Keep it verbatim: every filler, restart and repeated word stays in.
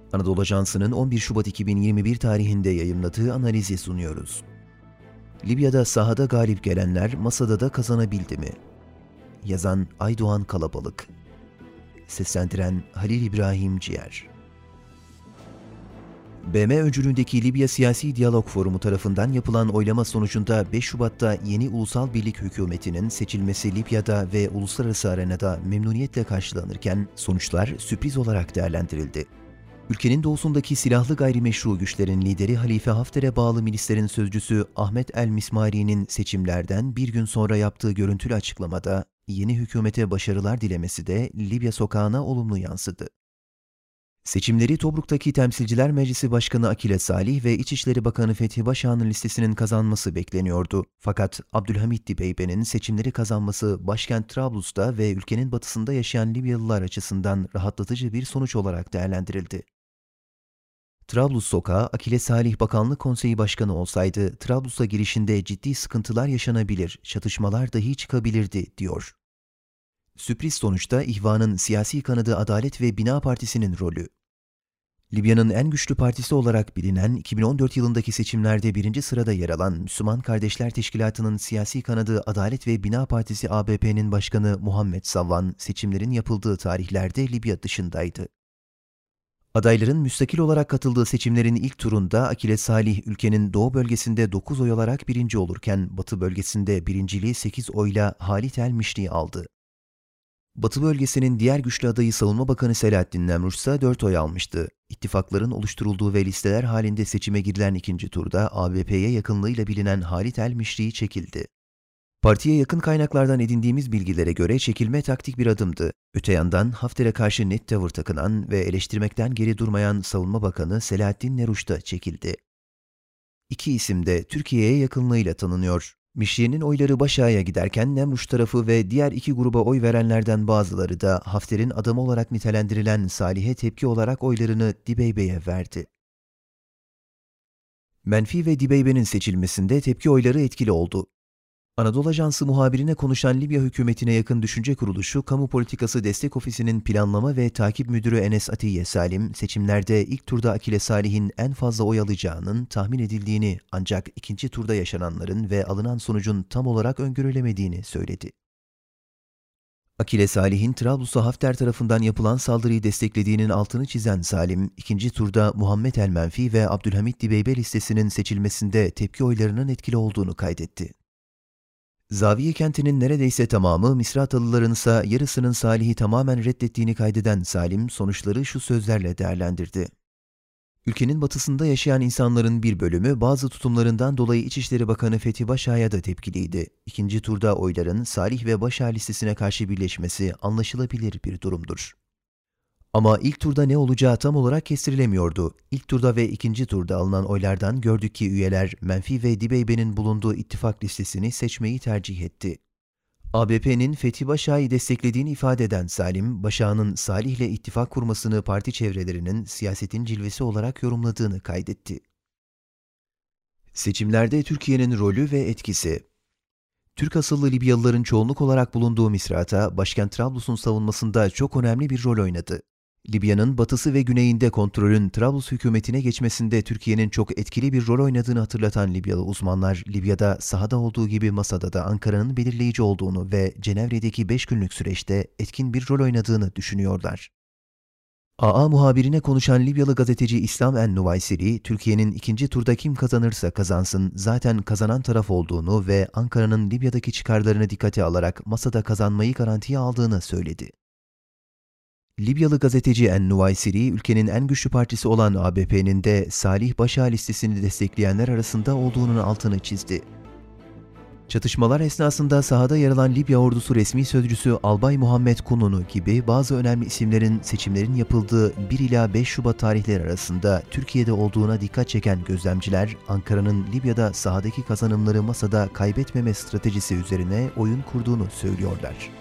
Anadolu Ajansı'nın on bir Şubat iki bin yirmi bir tarihinde yayımladığı analizi sunuyoruz. Libya'da sahada galip gelenler masada da kazanabildi mi? Yazan Aydoğan Kalabalık. Seslendiren Halil İbrahim Ciğer. B M öncülüğündeki Libya Siyasi Diyalog Forumu tarafından yapılan oylama sonucunda beş Şubat'ta yeni Ulusal Birlik Hükümeti'nin seçilmesi Libya'da ve uluslararası arenada memnuniyetle karşılanırken sonuçlar sürpriz olarak değerlendirildi. Ülkenin doğusundaki silahlı gayrimeşru güçlerin lideri Halife Hafter'e bağlı milislerin sözcüsü Ahmet El-Mismari'nin seçimlerden bir gün sonra yaptığı görüntülü açıklamada yeni hükümete başarılar dilemesi de Libya sokağına olumlu yansıdı. Seçimleri Tobruk'taki Temsilciler Meclisi Başkanı Akile Salih ve İçişleri Bakanı Fethi Başağ'ın listesinin kazanması bekleniyordu. Fakat Abdülhamit Dibeybe'nin seçimleri kazanması başkent Trablus'ta ve ülkenin batısında yaşayan Libyalılar açısından rahatlatıcı bir sonuç olarak değerlendirildi. Trablus sokağı, Akile Salih Bakanlık Konseyi Başkanı olsaydı Trablus'a girişinde ciddi sıkıntılar yaşanabilir, çatışmalar dahi çıkabilirdi, diyor. Sürpriz sonuçta İhvan'ın siyasi kanadı Adalet ve Bina Partisi'nin rolü. Libya'nın en güçlü partisi olarak bilinen iki bin on dört yılındaki seçimlerde birinci sırada yer alan Müslüman Kardeşler Teşkilatı'nın siyasi kanadı Adalet ve Bina Partisi A B P'nin başkanı Muhammed Savvan seçimlerin yapıldığı tarihlerde Libya dışındaydı. Adayların müstakil olarak katıldığı seçimlerin ilk turunda Akile Salih ülkenin doğu bölgesinde dokuz oy alarak birinci olurken batı bölgesinde birinciliği sekiz oyla Halit El-Mişri aldı. Batı bölgesinin diğer güçlü adayı Savunma Bakanı Selahattin Nemruş ise dört oy almıştı. İttifakların oluşturulduğu ve listeler halinde seçime girilen ikinci turda A B P'ye yakınlığıyla bilinen Halit El-Mişri çekildi. Partiye yakın kaynaklardan edindiğimiz bilgilere göre çekilme taktik bir adımdı. Öte yandan Hafter'e karşı net tavır takınan ve eleştirmekten geri durmayan Savunma Bakanı Selahattin Nemruş da çekildi. İki isim de Türkiye'ye yakınlığıyla tanınıyor. Mişri'nin oyları Başak'a giderken Nemruş tarafı ve diğer iki gruba oy verenlerden bazıları da Hafter'in adamı olarak nitelendirilen Salih'e tepki olarak oylarını Dibeybe'ye verdi. Menfi ve Dibeybe'nin seçilmesinde tepki oyları etkili oldu. Anadolu Ajansı muhabirine konuşan Libya hükümetine yakın düşünce kuruluşu Kamu Politikası Destek Ofisi'nin planlama ve takip müdürü Enes Atiye Salim, seçimlerde ilk turda Akile Salih'in en fazla oy alacağının tahmin edildiğini ancak ikinci turda yaşananların ve alınan sonucun tam olarak öngörülemediğini söyledi. Akile Salih'in Trablus'a Hafter tarafından yapılan saldırıyı desteklediğinin altını çizen Salim, ikinci turda Muhammed El-Menfi ve Abdülhamit Dibeybe listesinin seçilmesinde tepki oylarının etkili olduğunu kaydetti. Zaviye kentinin neredeyse tamamı, Misratalıların ise yarısının Salih'i tamamen reddettiğini kaydeden Salim, sonuçları şu sözlerle değerlendirdi. Ülkenin batısında yaşayan insanların bir bölümü bazı tutumlarından dolayı İçişleri Bakanı Fethi Başak'a da tepkiliydi. İkinci turda oyların Salih ve Başak listesine karşı birleşmesi anlaşılabilir bir durumdur. Ama ilk turda ne olacağı tam olarak kestirilemiyordu. İlk turda ve ikinci turda alınan oylardan gördük ki üyeler Menfi ve Dibeybe'nin bulunduğu ittifak listesini seçmeyi tercih etti. A B P'nin Fethi Başak'ı desteklediğini ifade eden Salim, Başak'ın Salih'le ittifak kurmasını parti çevrelerinin siyasetin cilvesi olarak yorumladığını kaydetti. Seçimlerde Türkiye'nin rolü ve etkisi. Türk asıllı Libyalıların çoğunluk olarak bulunduğu Misrata, başkent Trablus'un savunmasında çok önemli bir rol oynadı. Libya'nın batısı ve güneyinde kontrolün Trablus hükümetine geçmesinde Türkiye'nin çok etkili bir rol oynadığını hatırlatan Libyalı uzmanlar, Libya'da sahada olduğu gibi masada da Ankara'nın belirleyici olduğunu ve Cenevre'deki beş günlük süreçte etkin bir rol oynadığını düşünüyorlar. A A muhabirine konuşan Libyalı gazeteci İslam En-Nuvaysiri, Türkiye'nin ikinci turda kim kazanırsa kazansın zaten kazanan taraf olduğunu ve Ankara'nın Libya'daki çıkarlarını dikkate alarak masada kazanmayı garantiye aldığını söyledi. Libyalı gazeteci En-Nuvaysiri, ülkenin en güçlü partisi olan A B P'nin de Salih Başak listesini destekleyenler arasında olduğunun altını çizdi. Çatışmalar esnasında sahada yer alan Libya ordusu resmi sözcüsü Albay Muhammed Kununu gibi bazı önemli isimlerin seçimlerin yapıldığı bir ila beş Şubat tarihleri arasında Türkiye'de olduğuna dikkat çeken gözlemciler, Ankara'nın Libya'da sahadaki kazanımları masada kaybetmeme stratejisi üzerine oyun kurduğunu söylüyorlar.